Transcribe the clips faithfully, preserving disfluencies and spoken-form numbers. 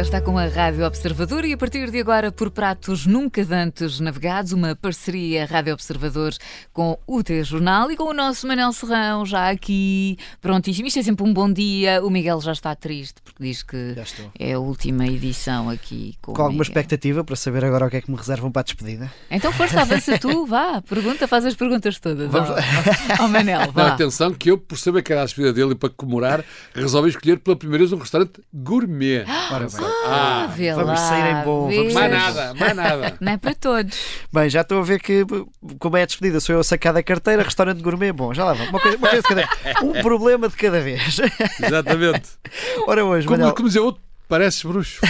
está com a Rádio Observador e a partir de agora por pratos nunca antes navegados, uma parceria Rádio Observador com o T-Jornal e com o nosso Manel Serrão já aqui prontíssimo. Isto é sempre um bom dia. O Miguel já está triste porque diz que é a última edição aqui com, com alguma Miguel. Expectativa para saber agora o que é que me reservam para a despedida. Então força, avança tu, vá, pergunta, faz as perguntas todas. Vamos ao, ao Manel, vá. Não, atenção que eu, por saber que era a despedida dele e para comemorar, resolvi escolher pela primeira vez um restaurante gourmet. Ora bem. Ah, vê vamos lá, sair em bom. Vamos Mais sair nada, mais nada. Não é para todos. Bem, já estou a ver que, como é a despedida, sou eu a sacar da carteira, restaurante gourmet, bom, já lá vamos. Uma coisa, uma coisa de cada vez. Um problema de cada vez. Exatamente. Ora hoje, Como, Manel, como dizia outro, pareces bruxo.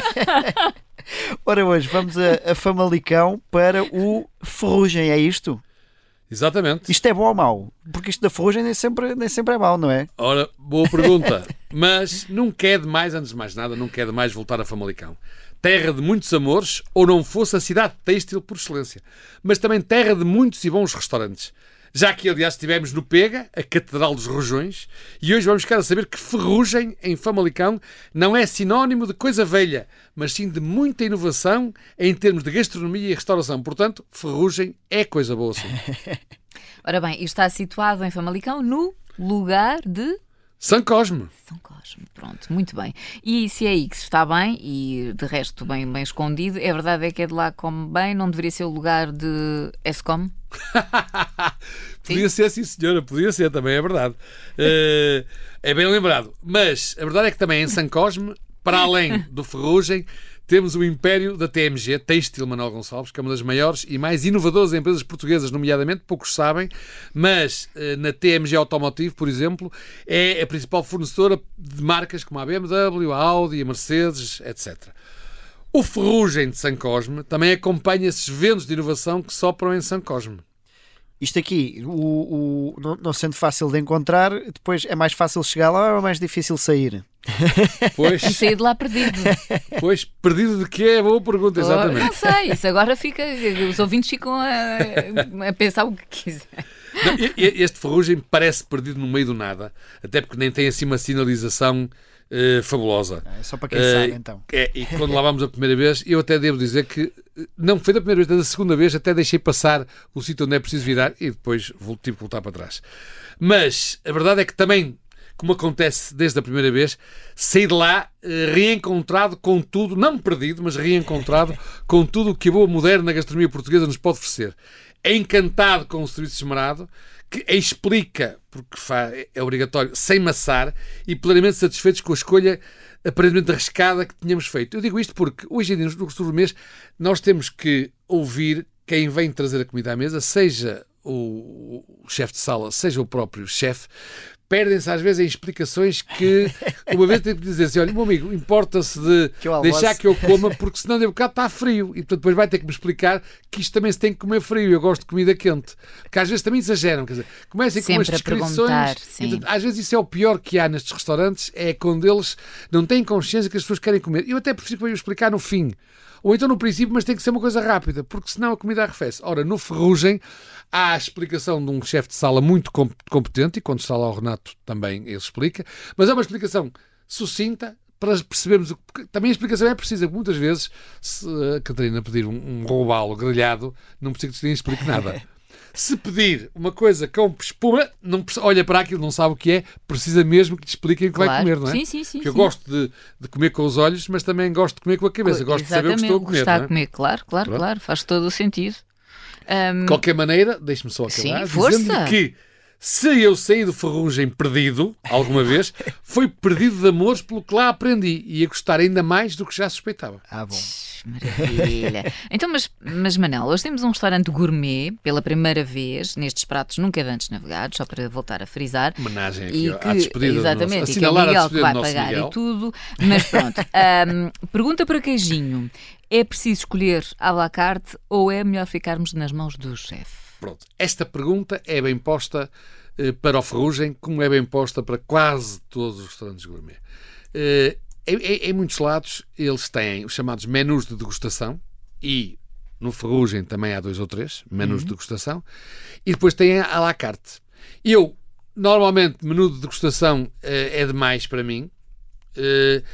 ora hoje, vamos a, a Famalicão para o Ferrugem, é isto? Exatamente. Isto é bom ou mau? Porque isto da Ferrugem nem sempre, nem sempre é mau, não é? Ora, boa pergunta. Mas nunca é demais, antes de mais nada, nunca é demais voltar a Famalicão. Terra de muitos amores, ou não fosse a cidade têxtil por excelência. Mas também terra de muitos e bons restaurantes. Já que, aliás, estivemos no Pega, a Catedral dos Rojões, e hoje vamos ficar a saber que Ferrugem, em Famalicão, não é sinónimo de coisa velha, mas sim de muita inovação em termos de gastronomia e restauração. Portanto, Ferrugem é coisa boa, sim. Ora bem, isto está situado em Famalicão, no lugar de... São Cosme. São Cosme, pronto, muito bem. E se é aí que se está bem, e de resto bem, bem escondido, é verdade é que é de lá que come bem, não deveria ser o lugar de Escom? Podia ser, sim senhora, podia ser, também é verdade. Uh, é bem lembrado. Mas a verdade é que também em São Cosme, para além do Ferrugem, temos o império da T M G, Têxtil Manuel Gonçalves, que é uma das maiores e mais inovadoras empresas portuguesas, nomeadamente, poucos sabem, mas na T M G Automotive, por exemplo, é a principal fornecedora de marcas como a B M W, a Audi, a Mercedes, etcétera. O Ferrugem de São Cosme também acompanha esses ventos de inovação que sopram em São Cosme. Isto aqui, o, o, não, não sendo fácil de encontrar, depois é mais fácil chegar lá ou é mais difícil sair? Pois, E sair de lá perdido. pois, perdido de quê? É boa pergunta, exatamente. Não sei, isso agora fica, os ouvintes ficam a, a pensar o que quiser. Não, este Ferrugem parece perdido no meio do nada, até porque nem tem assim uma sinalização uh, fabulosa. É só para quem Uh, sabe, então. É, e quando lá vamos a primeira vez, eu até devo dizer que não foi da primeira vez, da segunda vez, até deixei passar o sítio onde é preciso virar e depois tive que voltar para trás. Mas a verdade é que também, como acontece desde a primeira vez, saí de lá eh, reencontrado com tudo, não perdido, mas reencontrado com tudo o que a boa moderna gastronomia portuguesa nos pode oferecer. É encantado com o serviço esmerado, que explica, porque é obrigatório, sem maçar, e plenamente satisfeitos com a escolha aparentemente arriscada que tínhamos feito. Eu digo isto porque hoje em dia, nos gourmets, nós temos que ouvir quem vem trazer a comida à mesa, seja o, o chefe de sala, seja o próprio chefe. Perdem-se às vezes em explicações que uma vez tem que dizer assim, olha, meu amigo, importa-se de que deixar que eu coma porque senão de bocado está frio e portanto depois vai ter que me explicar que isto também se tem que comer frio, eu gosto de comida quente, porque às vezes também exageram, quer dizer, comecem com umas descrições, então, às vezes isso é o pior que há nestes restaurantes, é quando eles não têm consciência que as pessoas querem comer. Eu até prefiro que eu explicar no fim, ou então no princípio, mas tem que ser uma coisa rápida, porque senão a comida arrefece. Ora, no Ferrugem há a explicação de um chefe de sala muito competente, e quando está lá o Renato também ele explica, mas é uma explicação sucinta para percebermos, o que também a explicação é precisa, porque muitas vezes se a Catarina pedir um, um robalo grelhado, não precisa que ninguém explique nada. Se pedir uma coisa com espuma, não, olha para aquilo, não sabe o que é, precisa mesmo que te expliquem o que claro. vai comer, não é? Sim, sim, sim. Porque eu sim. gosto de, de comer com os olhos, mas também gosto de comer com a cabeça. Gosto Exatamente, de saber o que estou a comer. Está não é? a comer, claro, claro, Pronto. claro, faz todo o sentido. Um... De qualquer maneira, deixe-me só acabar, Sim, força. dizendo que se eu saí do Ferrugem perdido, alguma vez, foi perdido de amores pelo que lá aprendi e a gostar ainda mais do que já suspeitava. Ah, bom. Maravilha. Então, mas, mas Manel, hoje temos um restaurante gourmet pela primeira vez nestes pratos nunca antes navegados, só para voltar a frisar. Homenagem aqui e à que, despedida exatamente, do nosso, e que é o assinalar a Miguel que despedida vai do nosso pagar Miguel. e tudo. Mas pronto, um, pergunta para queijinho. É preciso escolher à la carte ou é melhor ficarmos nas mãos do chefe? Pronto. Esta pergunta é bem posta eh, para o Ferrugem, como é bem posta para quase todos os restaurantes gourmet. Eh, em, em muitos lados, eles têm os chamados menus de degustação e no Ferrugem também há dois ou três menus uhum. de degustação e depois têm a la carte. Eu, normalmente, menu de degustação eh, é demais para mim, eh,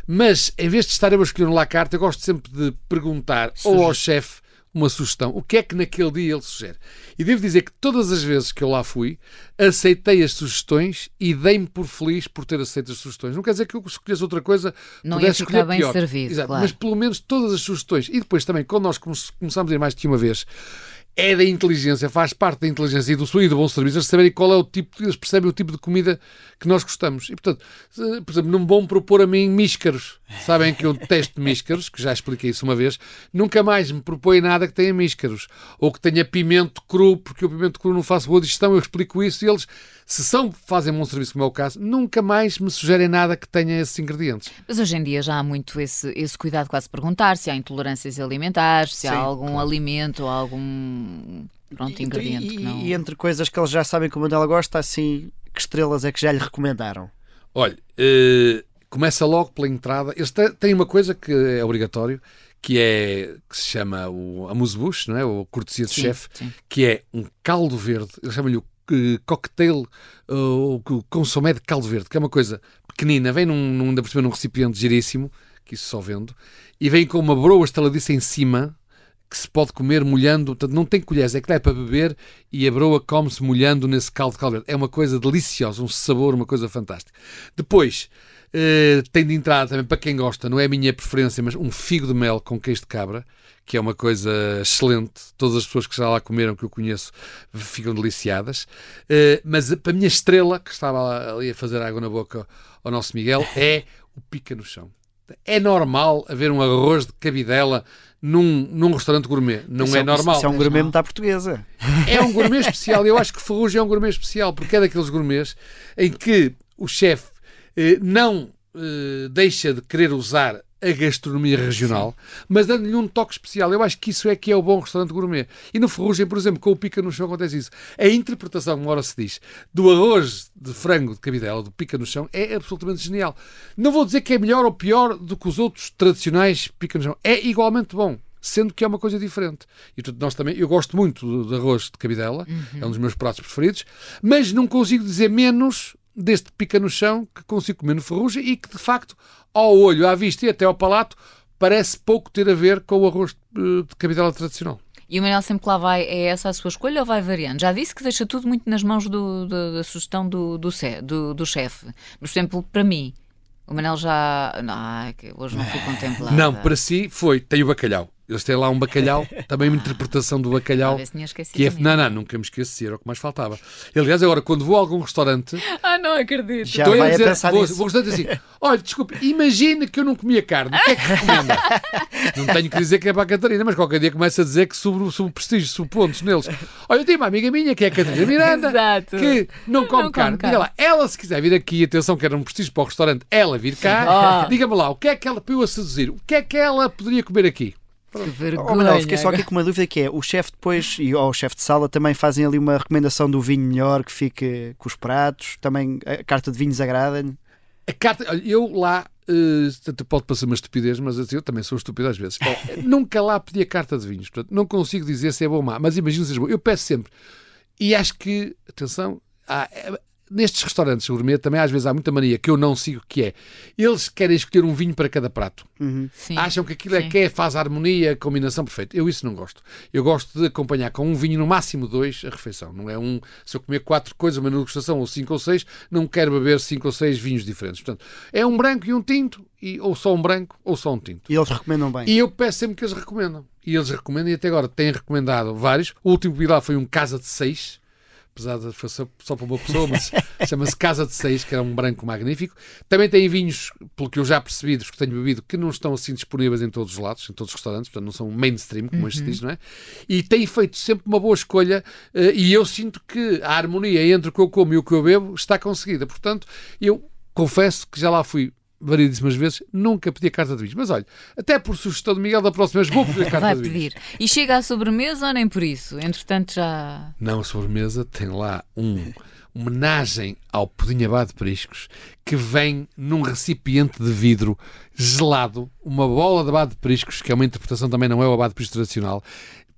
Mas, em vez de estar eu a escolher um la carte, eu gosto sempre de perguntar ou ao chefe uma sugestão, o que é que naquele dia ele sugere. E devo dizer que todas as vezes que eu lá fui, aceitei as sugestões e dei-me por feliz por ter aceito as sugestões. Não quer dizer que eu escolhesse outra coisa, não pudesse ia ficar escolher bem pior. servido, Exato. claro. Mas pelo menos todas as sugestões. E depois também, quando nós come- começamos a ir mais de uma vez, é da inteligência, faz parte da inteligência e do seu e do bom serviço, eles saberem qual é o tipo, eles percebem o tipo de comida que nós gostamos. E, portanto, se, por exemplo, não me vão propor a mim míscaros. Sabem que eu detesto míscaros, que já expliquei isso uma vez. Nunca mais me propõe nada que tenha míscaros. Ou que tenha pimento cru, porque o pimento cru não faço boa digestão, eu explico isso e eles, se são, fazem um bom serviço, como é o caso, nunca mais me sugerem nada que tenha esses ingredientes. Mas hoje em dia já há muito esse, esse cuidado, quase perguntar se há intolerâncias alimentares, se Sim, há algum claro. alimento ou algum pronto, E- ingrediente e, que não... e entre coisas que eles já sabem como ela gosta, assim, que estrelas é que já lhe recomendaram? Olha, eh, começa logo pela entrada. Eles te- têm uma coisa que é obrigatório, que é que se chama o amuse-bouche, não é? O cortesia de Sim, chefe, sim. que é um caldo verde. Eles chamam-lhe o eh, cocktail, eh, o o consomé de caldo verde, que é uma coisa pequenina, vem num, num, ainda por cima num recipiente giríssimo, que isso só vendo, e vem com uma broa estaladiça em cima, que se pode comer molhando, portanto não tem colheres, é que dá para beber e a broa come-se molhando nesse caldo de caldo verde. É uma coisa deliciosa, um sabor, uma coisa fantástica. Depois, eh, tem de entrada também, para quem gosta, não é a minha preferência, mas um figo de mel com queijo de cabra, que é uma coisa excelente. Todas as pessoas que já lá comeram, que eu conheço, ficam deliciadas. Eh, mas para a minha estrela, que estava ali a fazer água na boca ao nosso Miguel, é o pica no chão. É normal haver um arroz de cabidela num, num restaurante gourmet. Não Isso é normal. Isso é um Pois gourmet não. muito à portuguesa. É um gourmet especial. Eu acho que Ferrugem é um gourmet especial, porque é daqueles gourmets em que o chefe eh, não eh, deixa de querer usar a gastronomia regional, mas dando-lhe um toque especial. Eu acho que isso é que é o bom restaurante gourmet. E no Ferrugem, por exemplo, com o pica no chão acontece isso. A interpretação, como ora se diz, do arroz de frango de cabidela, do pica no chão, é absolutamente genial. Não vou dizer que é melhor ou pior do que os outros tradicionais pica no chão. É igualmente bom, sendo que é uma coisa diferente. E portanto, nós também, eu gosto muito do, do arroz de cabidela, é um dos meus pratos preferidos, mas não consigo dizer menos deste pica no chão que consigo comer no Ferrugem e que, de facto, ao olho, à vista e até ao palato, parece pouco ter a ver com o arroz de, de cabidela tradicional. E o Manel sempre que lá vai, é essa a sua escolha ou vai variando? Já disse que deixa tudo muito nas mãos do, do- da sugestão do, do, ce- do, do chefe. Mas, por exemplo, para mim, o Manel já... Não, ai, que hoje não fui contemplada. Não, para si foi, tem o bacalhau. Eles têm lá um bacalhau, também uma interpretação do bacalhau. Talvez tinha esquecido Que é, a mim. não, não, nunca me esqueci, era o que mais faltava. Aliás, agora, quando vou a algum restaurante, Ah, não acredito. Já estou vai a a dizer, pensar vou, nisso. vou gostando assim, olha, desculpe, imagina que eu não comia carne, o que é que recomenda? Não tenho que dizer que é para a Catarina, mas qualquer dia começa a dizer que sobre, sobre prestígio, sobre pontos neles. Olha, eu tenho uma amiga minha, que é a Catarina Miranda, Exato. que não come Não come carne. carne. Diga lá, ela se quiser vir aqui, atenção que era um prestígio para o restaurante, ela vir cá, Oh. diga-me lá, o que é que ela, para eu a seduzir, o que é que ela poderia comer aqui? Que vergonha. Oh, Manuel, fiquei só aqui com uma dúvida que é, o chefe depois, e ou o chefe de sala, também fazem ali uma recomendação do vinho melhor que fique com os pratos, também a carta de vinhos agrada-lhe. A carta, olha, eu lá, uh, pode parecer uma estupidez, mas assim, eu também sou estúpido às vezes. Oh, nunca lá pedi a carta de vinhos, portanto, não consigo dizer se é bom ou má, mas imagino se é bom. Eu peço sempre. E acho que, atenção, há, nestes restaurantes gourmet também às vezes há muita mania que eu não sigo, que é, eles querem escolher um vinho para cada prato. Uhum. Sim, Acham que aquilo é sim. que é, faz a harmonia, a combinação perfeita. Eu isso não gosto. Eu gosto de acompanhar com um vinho, no máximo dois, a refeição. Não é um, se eu comer quatro coisas, uma degustação, ou cinco ou seis, não quero beber cinco ou seis vinhos diferentes. Portanto, é um branco e um tinto, e, ou só um branco, ou só um tinto. E eles recomendam bem. E eu peço sempre que eles recomendam. E eles recomendam, e até agora têm recomendado vários. O último que vi lá foi um Casa de Seis, apesar de foi só, só para uma pessoa, mas chama-se Casa de Seis, que era um branco magnífico. Também tem vinhos, pelo que eu já percebi, dos que tenho bebido, que não estão assim disponíveis em todos os lados, em todos os restaurantes, portanto não são mainstream, como este diz, não é? E tem feito sempre uma boa escolha, eh, e eu sinto que a harmonia entre o que eu como e o que eu bebo está conseguida. Portanto, eu confesso que já lá fui variedíssimas vezes, nunca pedi a carta de vinhos. Mas olha, até por sugestão de Miguel, da próxima vez vou pedir a carta Vai de vinhos. pedir. E chega à sobremesa ou nem por isso? Entretanto já... Não, a sobremesa tem lá um homenagem ao pudim abado de periscos que vem num recipiente de vidro gelado, uma bola de abado de periscos, que é uma interpretação também, não é o abado de periscos tradicional,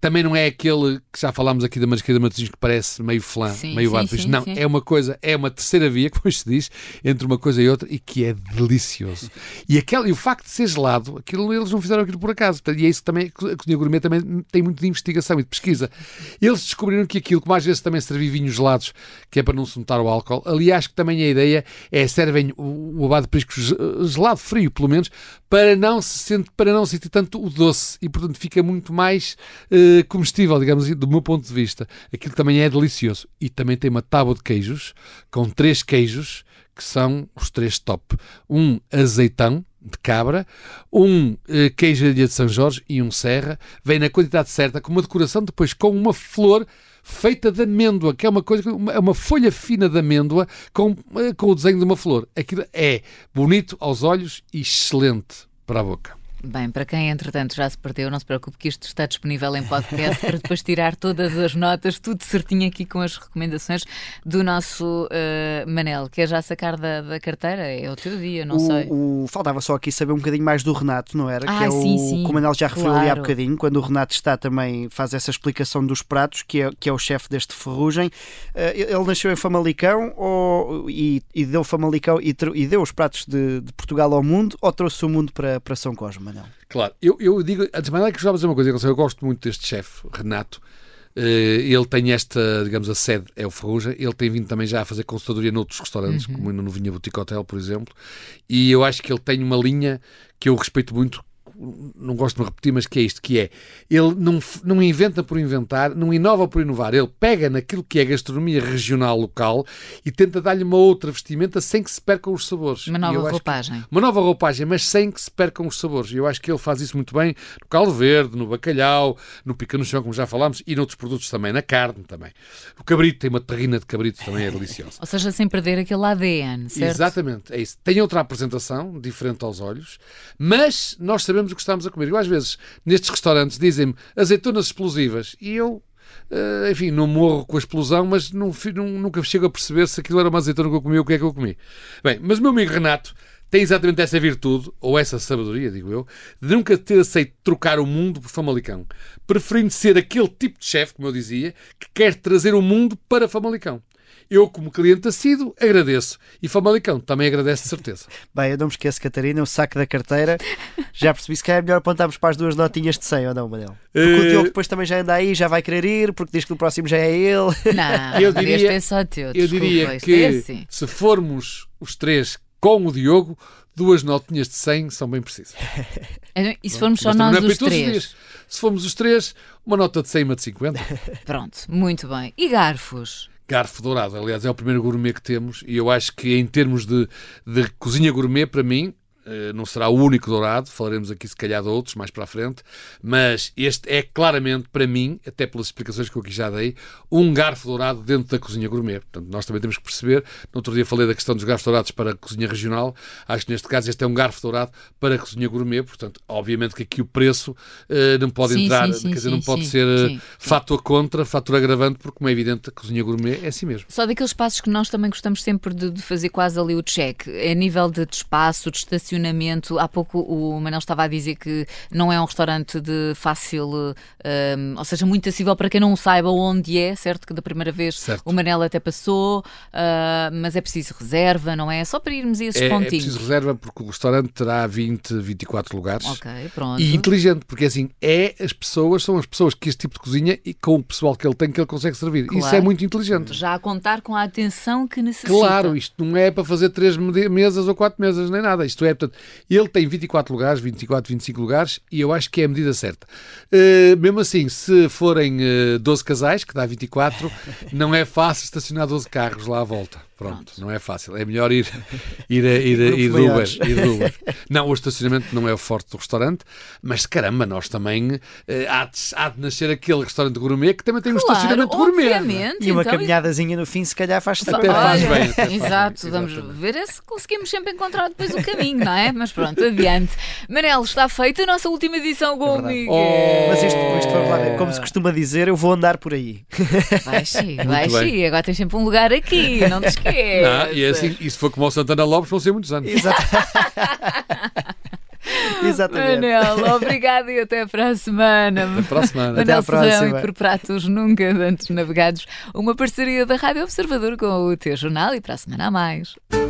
também não é aquele que já falámos aqui da Marisqueira de Matosinhos que parece meio flan, Sim, meio sim, bar. sim, Não, sim. é uma coisa, é uma terceira via, como se diz, entre uma coisa e outra, e que é delicioso. E, aquela, e o facto de ser gelado, aquilo, eles não fizeram aquilo por acaso. Portanto, e é isso também, a cozinha gourmet também tem muito de investigação e de pesquisa. Eles descobriram que aquilo, como às vezes também servi vinhos gelados, que é para não se notar o álcool, ali acho que também a ideia é servem o, o abado de prisco gelado, frio pelo menos, para não se sente, para não sentir tanto o doce e portanto fica muito mais uh, comestível, digamos assim, do meu ponto de vista. Aquilo também é delicioso. E também tem uma tábua de queijos com três queijos que são os três top. Um azeitão de cabra, um uh, queijo de ilha de São Jorge e um serra. Vem na quantidade certa, com uma decoração depois com uma flor feita de amêndoa, que é uma coisa, uma, uma folha fina de amêndoa com, com o desenho de uma flor. Aquilo é bonito aos olhos e excelente para a boca. Bem, para quem entretanto já se perdeu, não se preocupe que isto está disponível em podcast para depois tirar todas as notas, tudo certinho aqui com as recomendações do nosso uh, Manel. Quer já sacar da, da carteira? É o teu dia, não o, sei. O, faltava só aqui saber um bocadinho mais do Renato, não era? Ah, que é sim, o, sim, como o Manel já referiu claro. ali há bocadinho, quando o Renato está também, faz essa explicação dos pratos, que é, que é o chefe deste Ferrugem. Uh, ele nasceu em Famalicão ou, e, e deu Famalicão e, e deu os pratos de, de Portugal ao mundo, ou trouxe o mundo para, para São Cosme, Manel? Claro, eu, eu digo, antes de mais nada, que gostava de dizer uma coisa, eu gosto muito deste chefe, Renato. Uh, ele tem esta, digamos, a sede é o Ferrugem, ele tem vindo também já a fazer consultadoria noutros restaurantes, uhum. como no Vinha Boutique Hotel, por exemplo, e eu acho que ele tem uma linha que eu respeito muito, não gosto de me repetir, mas que é isto, que é, ele não, não inventa por inventar, não inova por inovar, ele pega naquilo que é a gastronomia regional local e tenta dar-lhe uma outra vestimenta sem que se percam os sabores. Uma nova roupagem. Que, uma nova roupagem, mas sem que se percam os sabores. E eu acho que ele faz isso muito bem no caldo verde, no bacalhau, no pica no chão, como já falámos, e noutros produtos também, na carne também. O cabrito, tem uma terrina de cabrito, também é deliciosa. Ou seja, sem perder aquele A D N, certo? Exatamente, é isso. Tem outra apresentação, diferente aos olhos, mas nós sabemos o que estamos a comer. Eu, às vezes, nestes restaurantes, dizem-me azeitonas explosivas e eu, uh, enfim, não morro com a explosão, mas não, não, nunca chego a perceber se aquilo era uma azeitona que eu comi ou o que é que eu comi. Bem, mas o meu amigo Renato tem exatamente essa virtude, ou essa sabedoria, digo eu, de nunca ter aceito trocar o mundo por Famalicão, preferindo ser aquele tipo de chefe, como eu dizia, que quer trazer o mundo para Famalicão. Eu, como cliente assíduo, agradeço. E Famalicão também agradece, de certeza. Bem, eu não me esqueço, Catarina, o saco da carteira. Já percebi, se calhar é melhor apontarmos para as duas notinhas de cem, ou não, Manel? Porque uh... o Diogo depois também já anda aí, já vai querer ir, porque diz que no próximo já é ele. Não, eu diria, é só teu. eu Desculpa, diria que é assim. Se formos os três com o Diogo, duas notinhas de cem são bem precisas. E se formos Mas só nós não é os para todos os três? dias. Se formos os três, uma nota de cem e uma de cinquenta. Pronto, muito bem. E garfos? Garfo dourado, aliás, é o primeiro gourmet que temos e eu acho que em termos de, de cozinha gourmet, para mim, não será o único dourado, falaremos aqui se calhar de outros mais para a frente, mas este é claramente, para mim, até pelas explicações que eu aqui já dei, um garfo dourado dentro da cozinha gourmet. Portanto, nós também temos que perceber, no outro dia falei da questão dos garfos dourados para a cozinha regional, acho que neste caso este é um garfo dourado para a cozinha gourmet, portanto, obviamente que aqui o preço uh, não pode sim, entrar, sim, sim, quer dizer, sim, não pode sim, ser sim, sim. fator contra, fator agravante, porque como é evidente, a cozinha gourmet é assim mesmo. Só daqueles passos que nós também gostamos sempre de, de fazer quase ali o check, a nível de, de espaço, de estacionamento. Há pouco o Manel estava a dizer que não é um restaurante de fácil, um, ou seja, muito acessível para quem não saiba onde é, certo? Que da primeira vez certo. O Manel até passou, uh, mas é preciso reserva, não é? Só para irmos a esses é, pontinhos. É preciso reserva porque o restaurante terá vinte, vinte e quatro lugares. Ok, pronto. E inteligente, porque assim, é as pessoas, são as pessoas que este tipo de cozinha e com o pessoal que ele tem que ele consegue servir. Claro. Isso é muito inteligente. Já a contar com a atenção que necessita. Claro, isto não é para fazer três mesas ou quatro mesas, nem nada. Isto é, portanto, ele tem vinte e quatro lugares, vinte e quatro, vinte e cinco lugares e eu acho que é a medida certa. Uh, mesmo assim, se forem uh, doze casais, que dá vinte e quatro, não é fácil estacionar doze carros lá à volta. Pronto, Pronto, não é fácil. É melhor ir, ir, ir, ir, ir, de Uber, ir de Uber. Não, o estacionamento não é o forte do restaurante, mas caramba, nós também eh, há, de, há de nascer aquele restaurante gourmet que também tem um claro, estacionamento gourmet. E uma então, caminhadazinha no fim, se calhar faz até faz bem. Até faz exato, bem, vamos ver se conseguimos sempre encontrar depois o caminho, não é? Mas pronto, adiante. Manel, está feita a nossa última edição com o Miguel. Oh. Mas isto, isto, vamos lá ver, como se costuma dizer, eu vou andar por aí. Vai sim, vai sim. Agora tens sempre um lugar aqui, não te esqueças. Não, e é assim, e se for como o Santana Lopes, vão ser muitos anos. Exato. Exatamente. Manel, obrigado e até para a semana. Até para a semana. Manel Até à Serrão próxima. e Por Pratos Nunca Antes Navegados, uma parceria da Rádio Observador com o Teu Jornal, e para a semana a mais.